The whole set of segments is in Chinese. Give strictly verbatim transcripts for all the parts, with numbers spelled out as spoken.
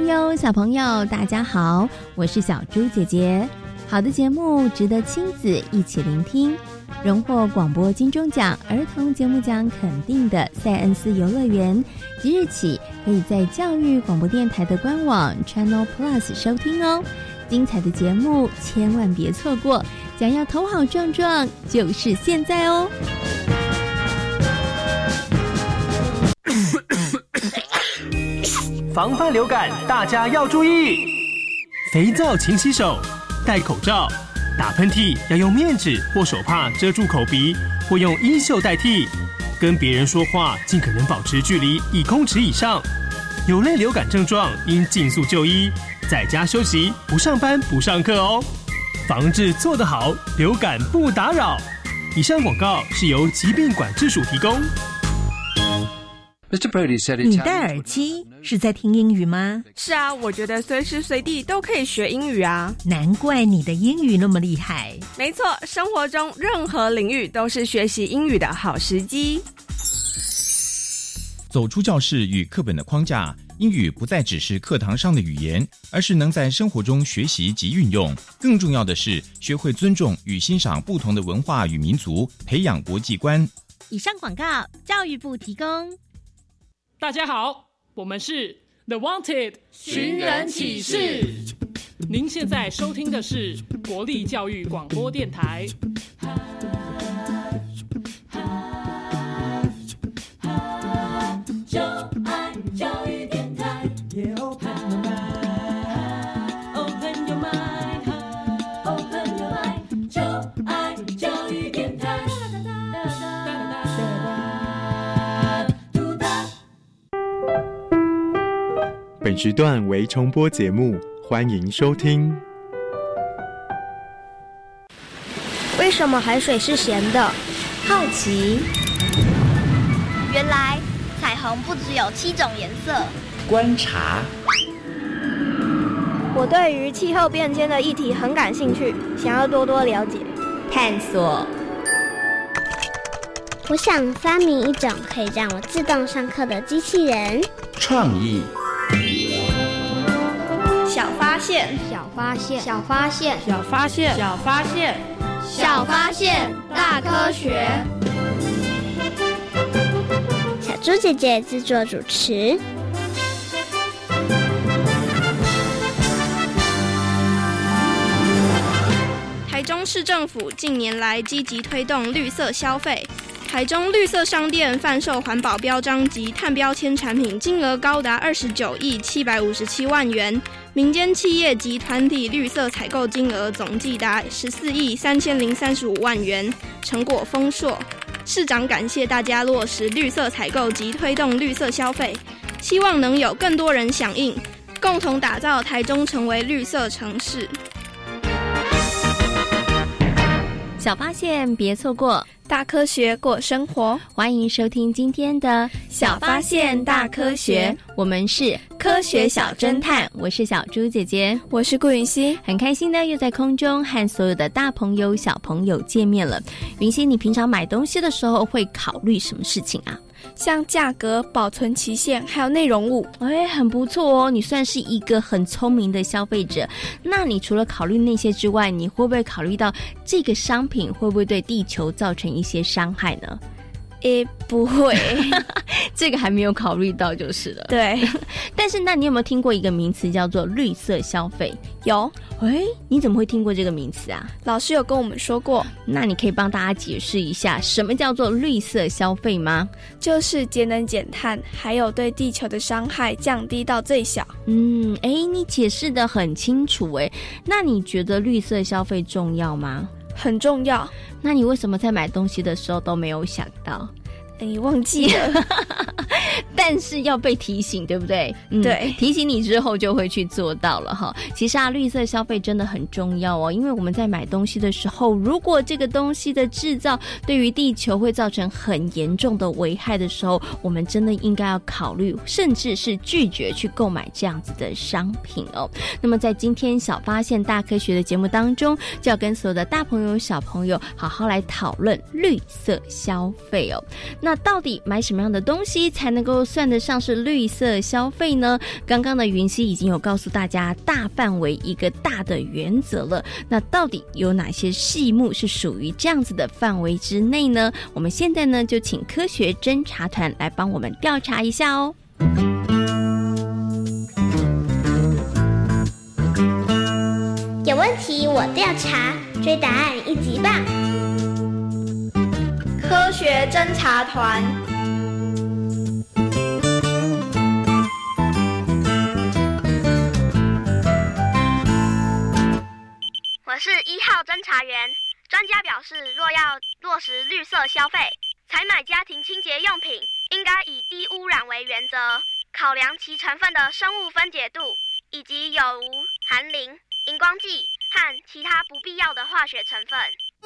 朋友小朋友大家好，我是小猪姐姐。好的节目值得亲子一起聆听，荣获广播金钟奖儿童节目奖肯定的塞恩斯游乐园，即日起可以在教育广播电台的官网 Channel Plus 收听哦。精彩的节目千万别错过，想要头好壮壮就是现在哦。 防范流感大家要注意，肥皂勤洗手，戴口罩，打喷嚏要用面纸或手帕遮住口鼻，或用衣袖代替。跟别人说话尽可能保持距离一公尺以上。有类流感症状应尽速就医，在家休息，不上班不上课哦。防治做得好，流感不打扰。以上广告是由疾病管制署提供。 你戴耳机是在听英语吗？ 是啊，我觉得随时随地都可以学英语啊。 难怪你的英语那么厉害。 没错，生活中任何领域都是学习英语的好时机。 走出教室与课本的框架，英语不再只是课堂上的语言，而是能在生活中学习及运用。更重要的是，学会尊重与欣赏不同的文化与民族，培养国际观。 以上广告，教育部提供。 大家好，我们是 The Wanted 寻人启事。您现在收听的是国立教育广播电台。 就爱教育电台 yeah, open your mind Open your mind Open your mind 就爱教育电台。 本时段为重播节目，欢迎收听。 为什么海水是咸的？ 好奇。 原来彩虹不只有七种颜色。 观察。 我对于气候变迁的议题很感兴趣，想要多多了解。 探索。 我想发明一种可以让我自动上课的机器人。 创意。 小发现， 小发现， 小发现， 小发现， 小发现， 小发现，大科学。 小猪姐姐制作主持。 台中市政府近年来积极推动绿色消费。台中绿色商店贩售环保标章及碳标签产品金额高达二十九亿七百五十七万元，民间企业及团体绿色采购金额总计达十四亿三千零三十五万元，成果丰硕。市长感谢大家落实绿色采购及推动绿色消费，希望能有更多人响应，共同打造台中成为绿色城市。 小发现别错过， 大科学过生活。 欢迎收听今天的小发现大科学， 我们是科学小侦探，我是小猪姐姐， 我是顾云熙， 很开心的又在空中和所有的大朋友小朋友见面了。云熙，你平常买东西的时候会考虑什么事情啊？ 像价格、保存期限还有内容物。 哎，很不错哦，你算是一个很聪明的消费者。那你除了考虑那些之外，你会不会考虑到这个商品会不会对地球造成一些伤害呢？ 诶，不会。 这个还没有考虑到就是了。 对。 但是那你有没有听过一个名词叫做绿色消费？ 有。 诶，你怎么会听过这个名词啊？ 老师有跟我们说过。 那你可以帮大家解释一下什么叫做绿色消费吗？ 就是节能减碳，还有对地球的伤害降低到最小。 嗯，诶，你解释得很清楚诶。那你觉得绿色消费重要吗？ 很重要。 那你为什么在买东西的时候都没有想到？ 你忘记了。 但是要被提醒，对不对？ 嗯、对， 提醒你之后就会去做到了哈。其实啊，绿色消费真的很重要哦，因为我们在买东西的时候，如果这个东西的制造对于地球会造成很严重的危害的时候，我们真的应该要考虑，甚至是拒绝去购买这样子的商品哦。那么在今天小发现大科学的节目当中，就要跟所有的大朋友小朋友好好来讨论绿色消费哦。那那到底买什么样的东西才能够算得上是绿色消费呢？刚刚的云溪已经有告诉大家大范围一个大的原则了，那到底有哪些细目是属于这样子的范围之内呢？我们现在呢就请科学侦查团来帮我们调查一下哦。 有问题我调查，追答案一级棒！ 科学侦查团， 我是一号侦查员。专家表示，若要落实绿色消费，采买家庭清洁用品应该以低污染为原则，考量其成分的生物分解度，以及有无含磷、荧光剂和其他不必要的化学成分。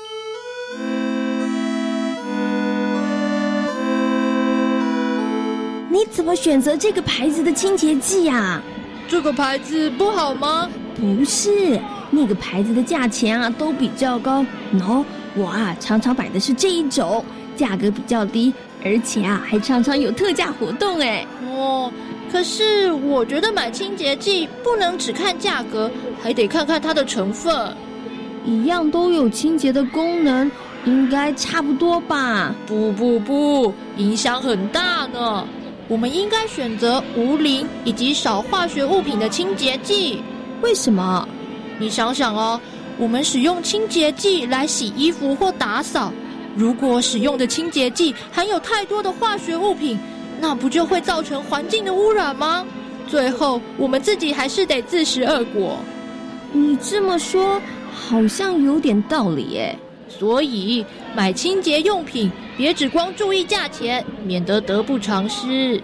你怎么选择这个牌子的清洁剂啊？ 这个牌子不好吗？ 不是，那个牌子的价钱啊都比较高。喏，我啊常常买的是这一种，价格比较低，而且啊还常常有特价活动哎。 哦，可是我觉得买清洁剂不能只看价格，还得看看它的成分。 一样都有清洁的功能，应该差不多吧？ 不不不，影响很大呢。我们应该选择无磷以及少化学物品的清洁剂。 为什么？ 你想想哦，我们使用清洁剂来洗衣服或打扫，如果使用的清洁剂含有太多的化学物品，那不就会造成环境的污染吗？最后我们自己还是得自食恶果。 你这么说好像有点道理耶。 所以买清洁用品别只光注意价钱，免得得不偿失。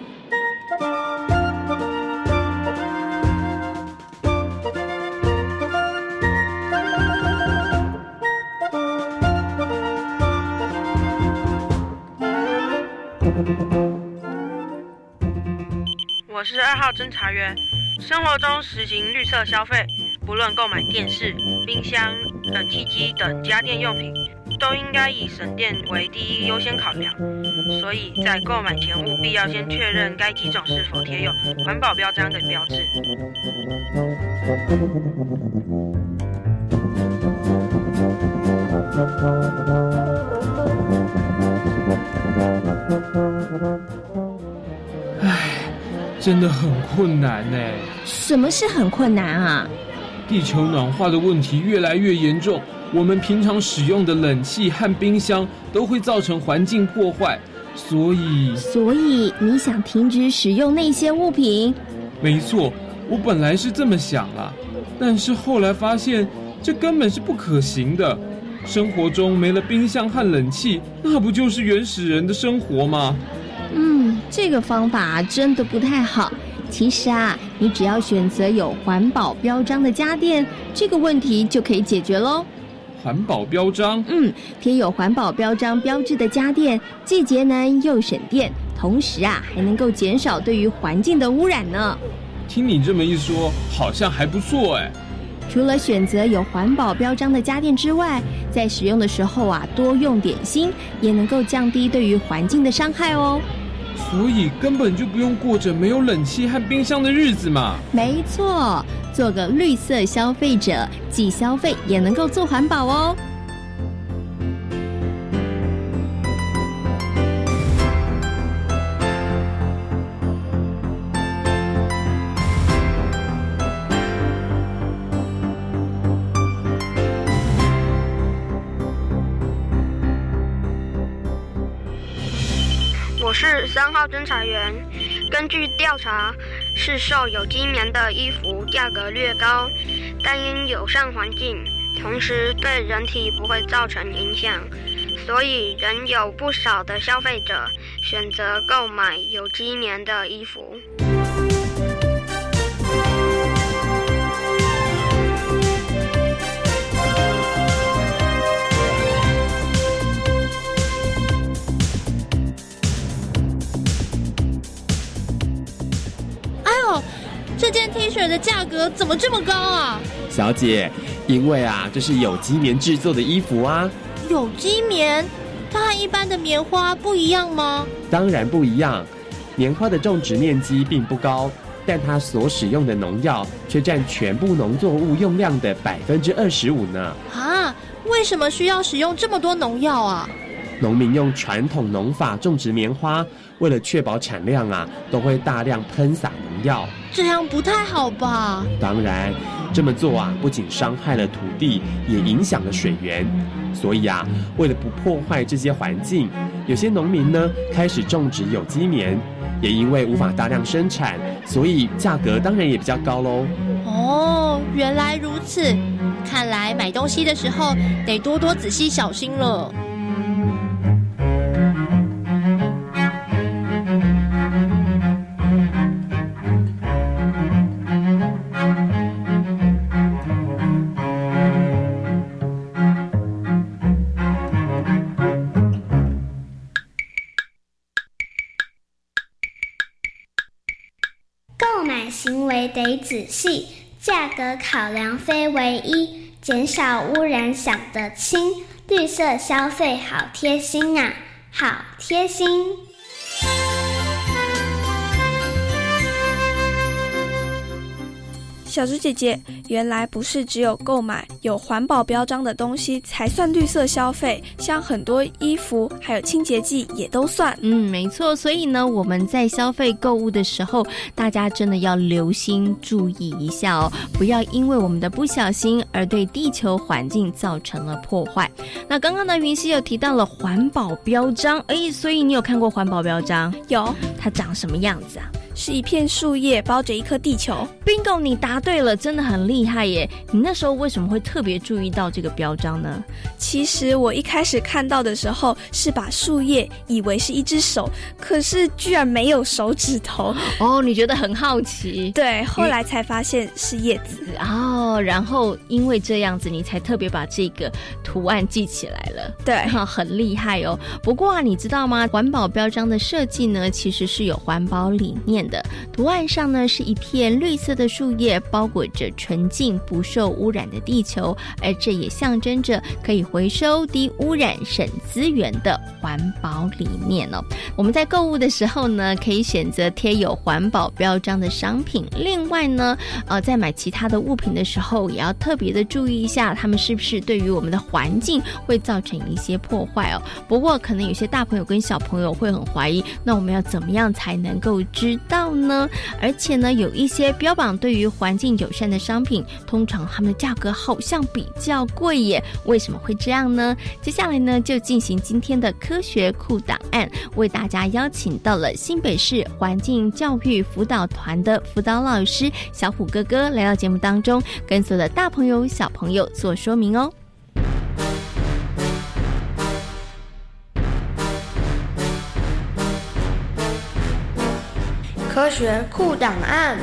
我是二号侦查员。生活中实行绿色消费，不论购买电视、冰箱、冷气机等家电用品，都应该以省电为第一优先考量。所以在购买前务必要先确认该机种是否贴有环保标章的标志。 真的很困难呢。 什么是很困难啊？ 地球暖化的问题越来越严重，我们平常使用的冷气和冰箱都会造成环境破坏，所以…… 所以你想停止使用那些物品？ 没错，我本来是这么想啦，但是后来发现这根本是不可行的。生活中没了冰箱和冷气，那不就是原始人的生活吗？ 嗯，这个方法真的不太好。其实啊，你只要选择有环保标章的家电，这个问题就可以解决咯。 环保标章？ 嗯，贴有环保标章标志的家电，既节能又省电，同时啊，还能够减少对于环境的污染呢。 听你这么一说，好像还不错哎。 除了选择有环保标章的家电之外，在使用的时候啊，多用点心，也能够降低对于环境的伤害哦。 所以根本就不用过着没有冷气和冰箱的日子嘛。 没错，做个绿色消费者，既消费也能够做环保哦。 我是三号侦查员。根据调查，市售有机棉的衣服价格略高，但因友善环境，同时对人体不会造成影响，所以仍有不少的消费者选择购买有机棉的衣服。 这件 T 恤的价格怎么这么高啊？ 小姐，因为啊，这是有机棉制作的衣服啊。 有机棉？ 它和一般的棉花不一样吗？ 当然不一样，棉花的种植面积并不高，但它所使用的农药却占全部农作物用量的百分之二十五呢。 啊，为什么需要使用这么多农药啊？ 农民用传统农法种植棉花，为了确保产量啊，都会大量喷洒农药。 这样不太好吧？ 当然，这么做啊，不仅伤害了土地，也影响了水源。所以啊，为了不破坏这些环境，有些农民呢开始种植有机棉，也因为无法大量生产，所以价格当然也比较高喽。 哦，原来如此，看来买东西的时候得多多仔细小心了。 购买行为得仔细，价格考量非唯一，减少污染想得轻，绿色消费好贴心啊，好贴心。 小猪姐姐，原来不是只有购买有环保标章的东西才算绿色消费，像很多衣服还有清洁剂也都算。 嗯，没错。所以呢，我们在消费购物的时候，大家真的要留心注意一下哦，不要因为我们的不小心而对地球环境造成了破坏。那刚刚呢，云溪有提到了环保标章，哎，所以你有看过环保标章？ 有。 它长什么样子啊？ 是一片树叶包着一颗地球。 Bingo， 你答对了，真的很厉害耶！你那时候为什么会特别注意到这个标章呢？ 其实我一开始看到的时候是把树叶以为是一只手，可是居然没有手指头。 哦，你觉得很好奇？ 对，后来才发现是叶子。 哦，然后因为这样子，你才特别把这个图案记起来了。 对， 很厉害哦。不过啊，你知道吗？环保标章的设计呢，其实是有环保理念的。图案上呢是一片绿色的树叶，包裹着纯净不受污染的地球，而这也象征着可以回收、低污染、省资源的环保理念哦。我们在购物的时候呢，可以选择贴有环保标章的商品。另外呢，呃，在买其他的物品的时候，也要特别的注意一下，他们是不是对于我们的环境会造成一些破坏哦。不过，可能有些大朋友跟小朋友会很怀疑，那我们要怎么样才能够知道呢？而且呢，有一些标榜对于环境友善的商品，通常他们的价格好像比较贵耶，为什么会这样呢？接下来呢，就进行今天的科学库档案，为大家邀请到了新北市环境教育辅导团的辅导老师小虎哥哥来到节目当中，跟所有的大朋友小朋友做说明哦。 科学库档案。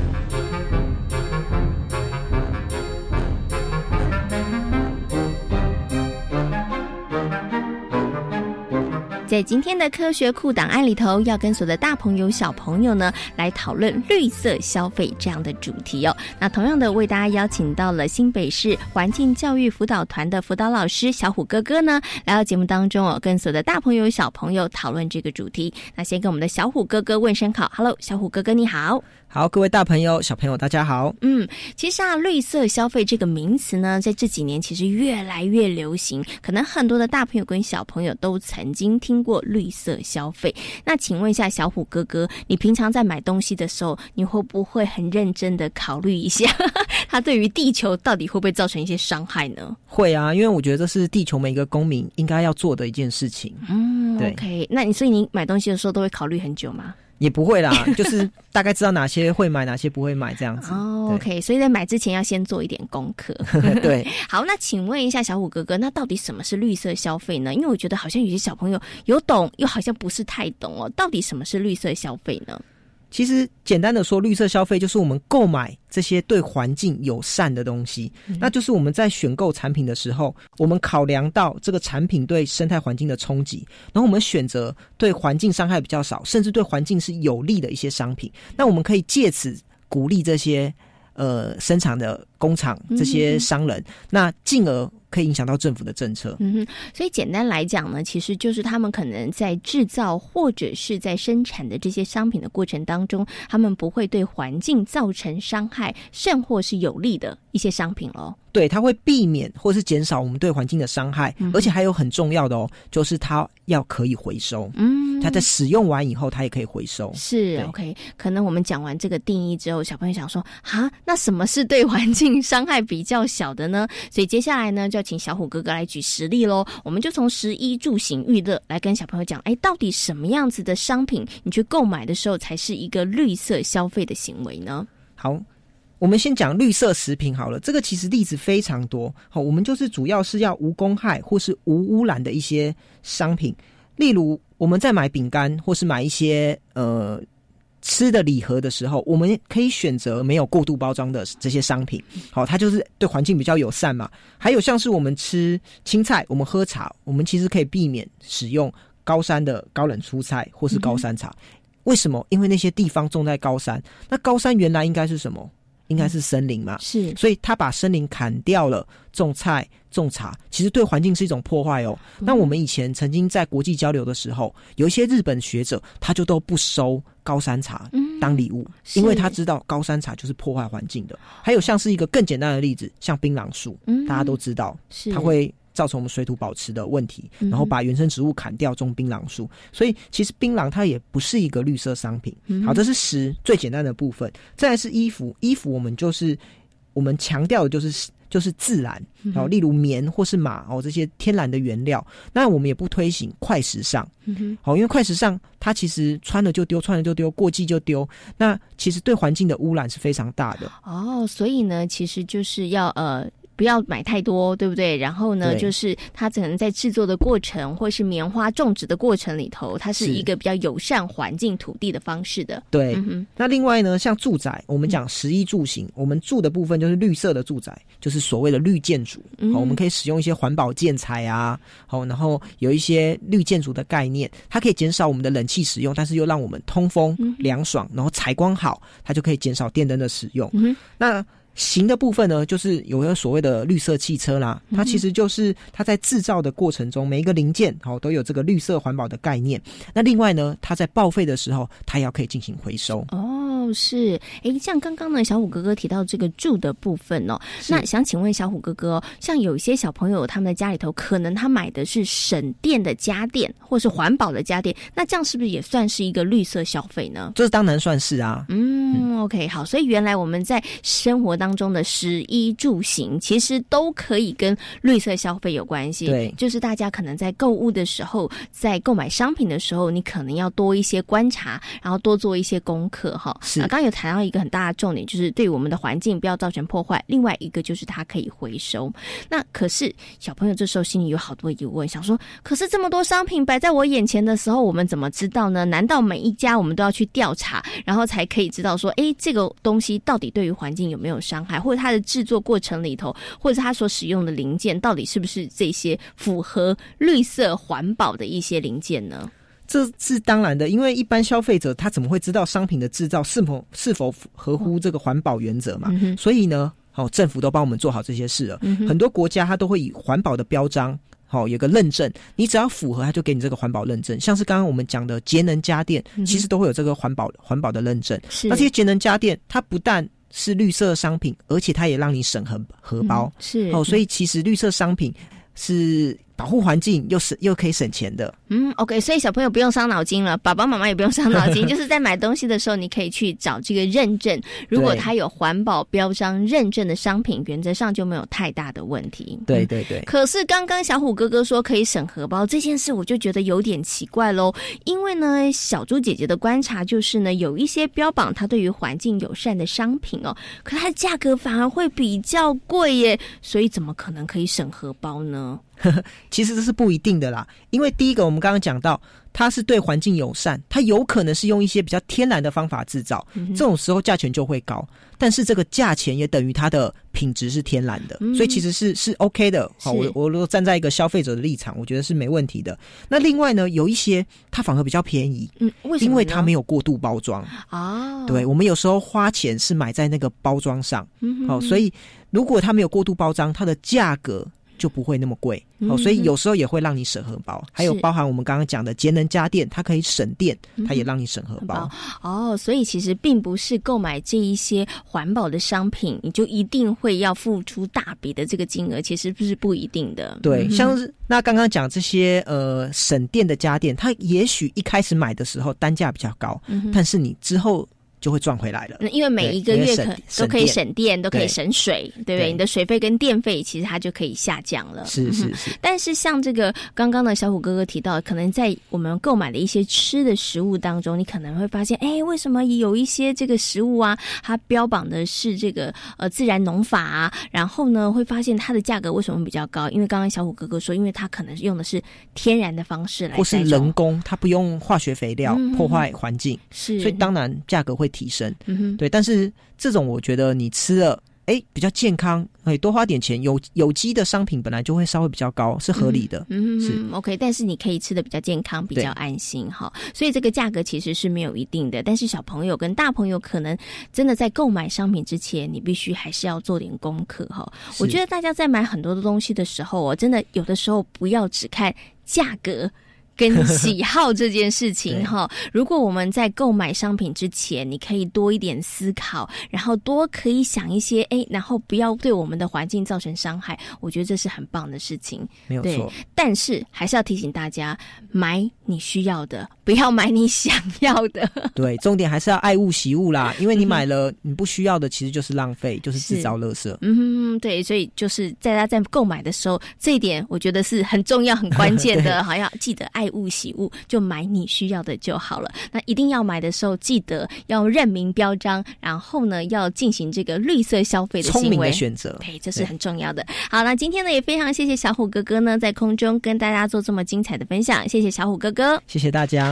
在今天的科学库档案里头，要跟所有的大朋友小朋友呢来讨论绿色消费这样的主题哦。那同样的，为大家邀请到了新北市环境教育辅导团的辅导老师小虎哥哥呢来到节目当中哦，跟所有的大朋友小朋友讨论这个主题。那先跟我们的小虎哥哥问声好 ，Hello， 小虎哥哥你好。 好，各位大朋友小朋友大家好。 嗯，其实啊，绿色消费这个名词呢，在这几年其实越来越流行，可能很多的大朋友跟小朋友都曾经听过绿色消费。那请问一下小虎哥哥，你平常在买东西的时候，你会不会很认真的考虑一下它对于地球到底会不会造成一些伤害呢？ 会啊，因为我觉得这是地球每一个公民应该要做的一件事情。 嗯，对 OK， 那你所以你买东西的时候都会考虑很久吗？ 也不会啦，就是大概知道哪些会买，哪些不会买这样子。 哦、OK， 所以在买之前要先做一点功课。 对， 好，那请问一下小虎哥哥，那到底什么是绿色消费呢？因为我觉得好像有些小朋友有懂，又好像不是太懂哦。到底什么是绿色消费呢？ 其实简单的说，绿色消费就是我们购买这些对环境友善的东西、嗯、那就是我们在选购产品的时候，我们考量到这个产品对生态环境的冲击，然后我们选择对环境伤害比较少，甚至对环境是有利的一些商品。那我们可以借此鼓励这些呃生产的工厂这些商人，嗯、那进而可以影响到政府的政策。 嗯哼，所以简单来讲呢，其实就是他们可能在制造或者是在生产的这些商品的过程当中，他们不会对环境造成伤害，甚或是有利的一些商品咯。 对，它会避免或是减少我们对环境的伤害，嗯、而且还有很重要的哦，就是它要可以回收。嗯，它在使用完以后，它也可以回收。 是 OK， 可能我们讲完这个定义之后，小朋友想说啊，那什么是对环境伤害比较小的呢？所以接下来呢，就要请小虎哥哥来举实例咯。我们就从食衣住行娱乐来跟小朋友讲，哎，到底什么样子的商品你去购买的时候才是一个绿色消费的行为呢？ 好。我们先讲绿色食品好了，这个其实例子非常多。好，我们就是主要是要无公害或是无污染的一些商品，例如我们在买饼干或是买一些呃吃的礼盒的时候，我们可以选择没有过度包装的这些商品。好，它就是对环境比较友善嘛。还有像是我们吃青菜，我们喝茶，我们其实可以避免使用高山的高冷蔬菜或是高山茶。嗯、为什么？因为那些地方种在高山，那高山原来应该是什么？应该是森林嘛， 是， 所以他把森林砍掉了，种菜种茶，其实对环境是一种破坏哦。嗯、那我们以前曾经在国际交流的时候，有一些日本学者，他就都不收高山茶当礼物，嗯、因为他知道高山茶就是破坏环境的。还有像是一个更简单的例子，像槟榔树，嗯、大家都知道，它会造成我们水土保持的问题，然后把原生植物砍掉种槟榔树，所以其实槟榔它也不是一个绿色商品。好，这是食最简单的部分。再来是衣服，衣服我们就是我们强调的就是就是自然，好，例如棉或是马哦这些天然的原料。那我们也不推行快时尚，好，因为快时尚它其实穿了就丢，穿了就丢，过季就丢，那其实对环境的污染是非常大的。 哦，所以呢，其实就是要呃。不要买太多，对不对？然后呢，就是它可能在制作的过程或是棉花种植的过程里头，它是一个比较友善环境土地的方式的。 对、嗯，那另外呢，像住宅，我们讲食衣住行，嗯、我们住的部分就是绿色的住宅，就是所谓的绿建筑。嗯、好，我们可以使用一些环保建材啊，好，然后有一些绿建筑的概念，它可以减少我们的冷气使用，但是又让我们通风、嗯、凉爽，然后采光好，它就可以减少电灯的使用。嗯、那行的部分呢，就是有个所谓的绿色汽车啦，它其实就是它在制造的过程中，每一个零件哦都有这个绿色环保的概念。那另外呢，它在报废的时候，它也要可以进行回收。 哦，是，哎，像刚刚呢，小虎哥哥提到这个住的部分哦，那想请问小虎哥哥哦，像有一些小朋友他们的家里头，可能他买的是省电的家电，或是环保的家电，那这样是不是也算是一个绿色消费呢？ 这当然算是啊。 嗯, 嗯 ，OK， 好，所以原来我们在生活当中。当中的食衣住行其实都可以跟绿色消费有关系。 对， 就是大家可能在购物的时候，在购买商品的时候，你可能要多一些观察，然后多做一些功课哈。 是， 刚刚有谈到一个很大的重点，就是对我们的环境不要造成破坏。另外一个就是它可以回收。那可是小朋友这时候心里有好多疑问，想说，可是这么多商品摆在我眼前的时候，我们怎么知道呢？难道每一家我们都要去调查，然后才可以知道说，哎，这个东西到底对于环境有没有伤害？或者它的制作过程里头，或者它所使用的零件到底是不是这些符合绿色环保的一些零件呢？ 这是当然的，因为一般消费者他怎么会知道商品的制造是否是否合乎这个环保原则嘛？嗯、所以呢，哦，政府都帮我们做好这些事了。嗯、很多国家它都会以环保的标章。好、哦，有个认证，你只要符合，它就给你这个环保认证。像是刚刚我们讲的节能家电，嗯、其实都会有这个环保环保的认证。那这些节能家电，它不但是绿色商品，而且它也让你省荷荷包。 嗯、是， 哦，所以其实绿色商品是保护环境又省又可以省钱的。 嗯 ，OK， 所以小朋友不用伤脑筋了，爸爸妈妈也不用伤脑筋，就是在买东西的时候，你可以去找这个认证，如果它有环保标章认证的商品，原则上就没有太大的问题。 对对对。 嗯、可是刚刚小虎哥哥说可以省荷包这件事，我就觉得有点奇怪咯，因为呢，小猪姐姐的观察就是呢，有一些标榜它对于环境友善的商品哦，可它的价格反而会比较贵耶，所以怎么可能可以省荷包呢？ 呵呵，其实这是不一定的啦。因为第一个我们刚刚讲到，它是对环境友善，它有可能是用一些比较天然的方法制造，嗯、这种时候价钱就会高。但是这个价钱也等于它的品质是天然的，嗯、所以其实是是 OK 的。好，我我如果站在一个消费者的立场，我觉得是没问题的。那另外呢，有一些它反而比较便宜，嗯，为什么呢？因为它没有过度包装哦。对，我们有时候花钱是买在那个包装上，嗯，好，所以如果它没有过度包装，它的价格就不会那么贵，嗯、哦，所以有时候也会让你省荷包。还有包含我们刚刚讲的节能家电，它可以省电，它也让你省荷包。 嗯、哦，所以其实并不是购买这一些环保的商品，你就一定会要付出大笔的这个金额，其实不是不一定的。 对，嗯、像是那刚刚讲这些呃省电的家电，它也许一开始买的时候单价比较高，嗯、但是你之后就会赚回来了， 因为每一个月可都可以省电，都可以省水，对不对？你的水费跟电费其实它就可以下降了。 是是是、嗯。 但是像这个刚刚的小虎哥哥提到，可能在我们购买的一些吃的食物当中，你可能会发现，哎，为什么有一些这个食物啊，它标榜的是这个呃自然农法啊，然后呢会发现它的价格为什么比较高？因为刚刚小虎哥哥说，因为它可能用的是天然的方式来， 或是人工，它不用化学肥料、嗯、破坏环境， 是， 所以当然价格会提升，嗯哼，对，但是这种我觉得你吃了，哎，比较健康，哎，多花点钱，有有机的商品本来就会稍微比较高，是合理的， 嗯， 是嗯 OK， 但是你可以吃的比较健康，比较安心哈，所以这个价格其实是没有一定的，但是小朋友跟大朋友可能真的在购买商品之前，你必须还是要做点功课哈。我觉得大家在买很多的东西的时候，我真的有的时候不要只看价格跟喜好这件事情哈，如果我们在购买商品之前，你可以多一点思考，然后多可以想一些，哎，然后不要对我们的环境造成伤害，我觉得这是很棒的事情， 没有错。 但是还是要提醒大家，买你需要的，不要买你想要的。 对，重点还是要爱物惜物啦，因为你买了你不需要的，其实就是浪费，就是制造垃圾。 嗯，对，所以就是在大家在购买的时候，这一点我觉得是很重要、很关键的，好要记得爱物惜物，就买你需要的就好了。那一定要买的时候，记得要认明标章，然后呢，要进行这个绿色消费的行为， 聪明的选择， 对，这是很重要的。好，那今天呢，也非常谢谢小虎哥哥呢，在空中跟大家做这么精彩的分享，谢谢小虎哥哥， 谢谢大家。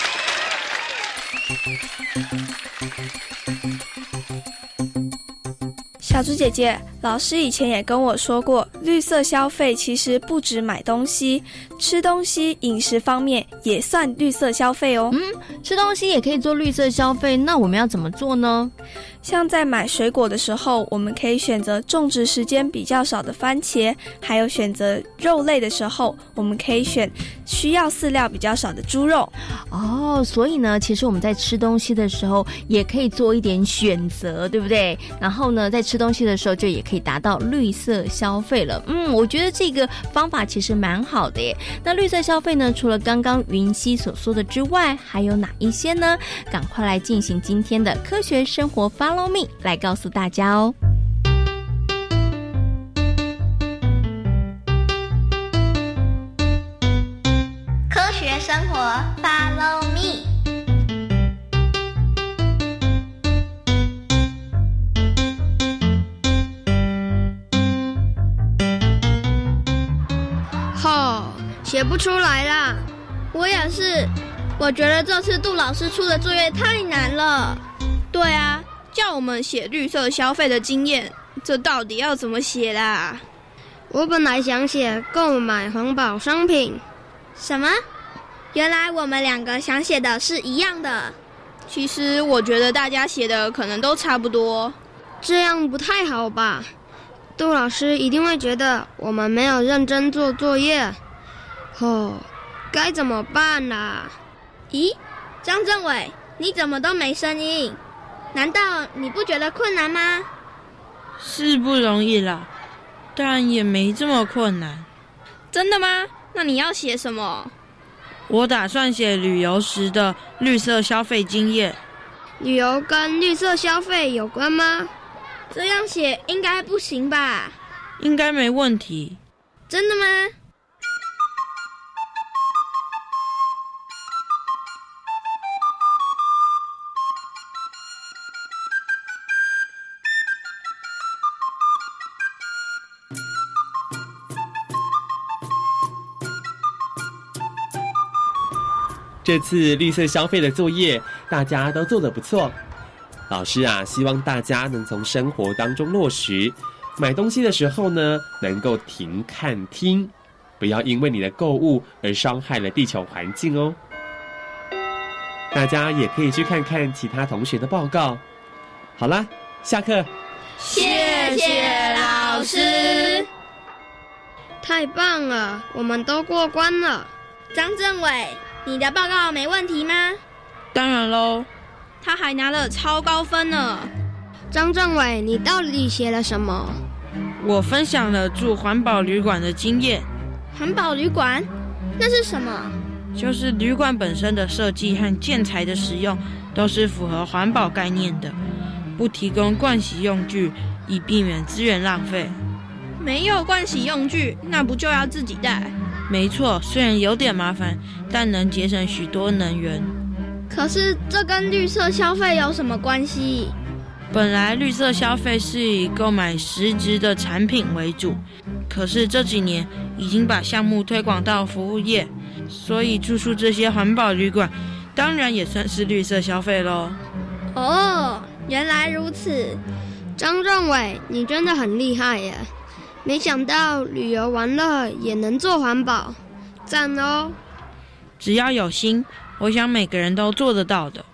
小猪姐姐，老师以前也跟我说过，绿色消费其实不止买东西，吃东西、饮食方面也算绿色消费哦。 嗯，吃东西也可以做绿色消费，那我们要怎么做呢？ 像在买水果的时候，我们可以选择种植时间比较少的番茄，还有选择肉类的时候，我们可以选需要饲料比较少的猪肉。 哦，所以呢，其实我们在吃东西的时候也可以做一点选择，对不对？然后呢，在吃东西的时候就也可以达到绿色消费了。嗯，我觉得这个方法其实蛮好的耶。那绿色消费呢，除了刚刚云溪所说的之外，还有哪一些呢？赶快来进行今天的科学生活 Follow Me 来告诉大家哦。 科学生活 Follow Me。 吼，写不出来啦！ 我也是，我觉得这次杜老师出的作业太难了。 对啊，叫我们写绿色消费的经验，这到底要怎么写啦？ 我本来想写购买环保商品。 什么？原来我们两个想写的是一样的。 其实我觉得大家写的可能都差不多。 这样不太好吧？杜老师一定会觉得我们没有认真做作业。哦，该怎么办啦？ 咦，张政委，你怎么都没声音？难道你不觉得困难吗？ 是不容易啦，但也没这么困难。 真的吗？那你要写什么？ 我打算写旅游时的绿色消费经验。 旅游跟绿色消费有关吗？ 这样写应该不行吧？ 应该没问题。 真的吗？ 这次绿色消费的作业，大家都做得不错。老师啊，希望大家能从生活当中落实，买东西的时候呢，能够停看听，不要因为你的购物而伤害了地球环境哦。大家也可以去看看其他同学的报告。好啦，下课。 谢谢老师，太棒了，我们都过关了。 张政委，你的报告没问题吗？ 当然喽， 他还拿了超高分呢。 张政委，你到底写了什么？ 我分享了住环保旅馆的经验。 环保旅馆？那是什么？ 就是旅馆本身的设计和建材的使用都是符合环保概念的，不提供盥洗用具，以避免资源浪费。 没有盥洗用具，那不就要自己带？ 没错，虽然有点麻烦，但能节省许多能源。 可是这跟绿色消费有什么关系？ 本来绿色消费是以购买实质的产品为主，可是这几年已经把项目推广到服务业，所以住宿这些环保旅馆当然也算是绿色消费咯。 哦，原来如此。 张政委，你真的很厉害耶，没想到旅游玩乐也能做环保，赞哦。 只要有心，我想每个人都做得到的。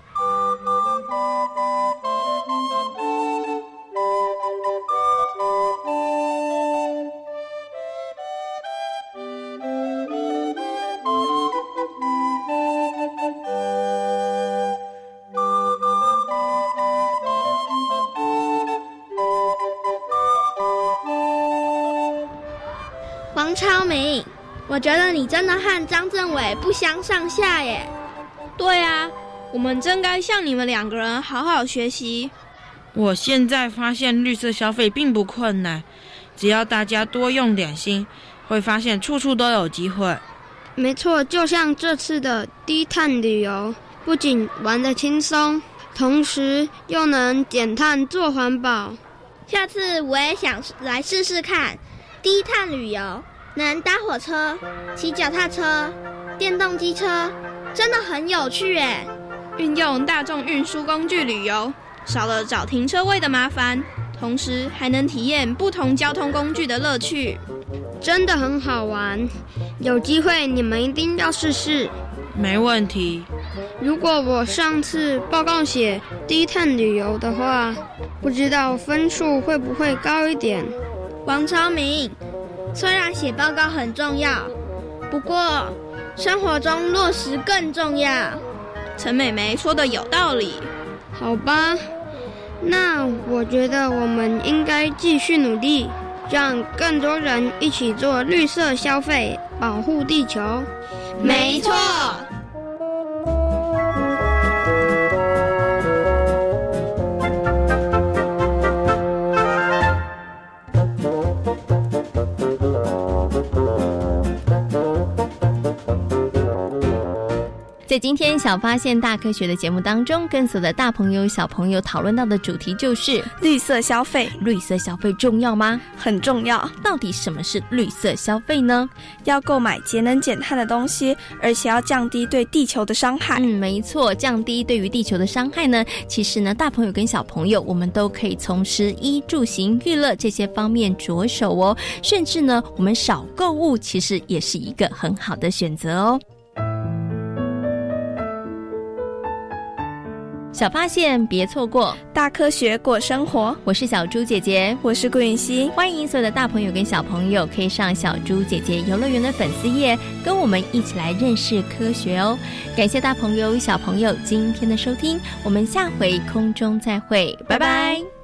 王超明，我觉得你真的和张政委不相上下耶。 对啊，我们真该向你们两个人好好学习。 我现在发现绿色消费并不困难，只要大家多用点心，会发现处处都有机会。 没错，就像这次的低碳旅游，不仅玩得轻松，同时又能减碳做环保。 下次我也想来试试看低碳旅游，能搭火车、骑脚踏车、电动机车，真的很有趣耶。 运用大众运输工具旅游，少了找停车位的麻烦，同时还能体验不同交通工具的乐趣， 真的很好玩。有机会你们一定要试试。 没问题。 如果我上次报告写低碳旅游的话，不知道分数会不会高一点。 王超明，虽然写报告很重要，不过生活中落实更重要。 陈美眉说的有道理。 好吧，那我觉得我们应该继续努力，让更多人一起做绿色消费，保护地球。 没错。 在今天小发现大科学的节目当中，跟所有的大朋友小朋友讨论到的主题就是绿色消费。 绿色消费重要吗？ 很重要。 到底什么是绿色消费呢？ 要购买节能减碳的东西，而且要降低对地球的伤害。 嗯，没错，降低对于地球的伤害呢，其实呢，大朋友跟小朋友我们都可以从食衣住行娱乐这些方面着手哦，甚至呢，我们少购物其实也是一个很好的选择哦。小发现别错过， 大科学过生活。 我是小猪姐姐， 我是顾允熙。 欢迎所有的大朋友跟小朋友可以上小猪姐姐游乐园的粉丝页，跟我们一起来认识科学哦。感谢大朋友小朋友今天的收听，我们下回空中再会，拜拜。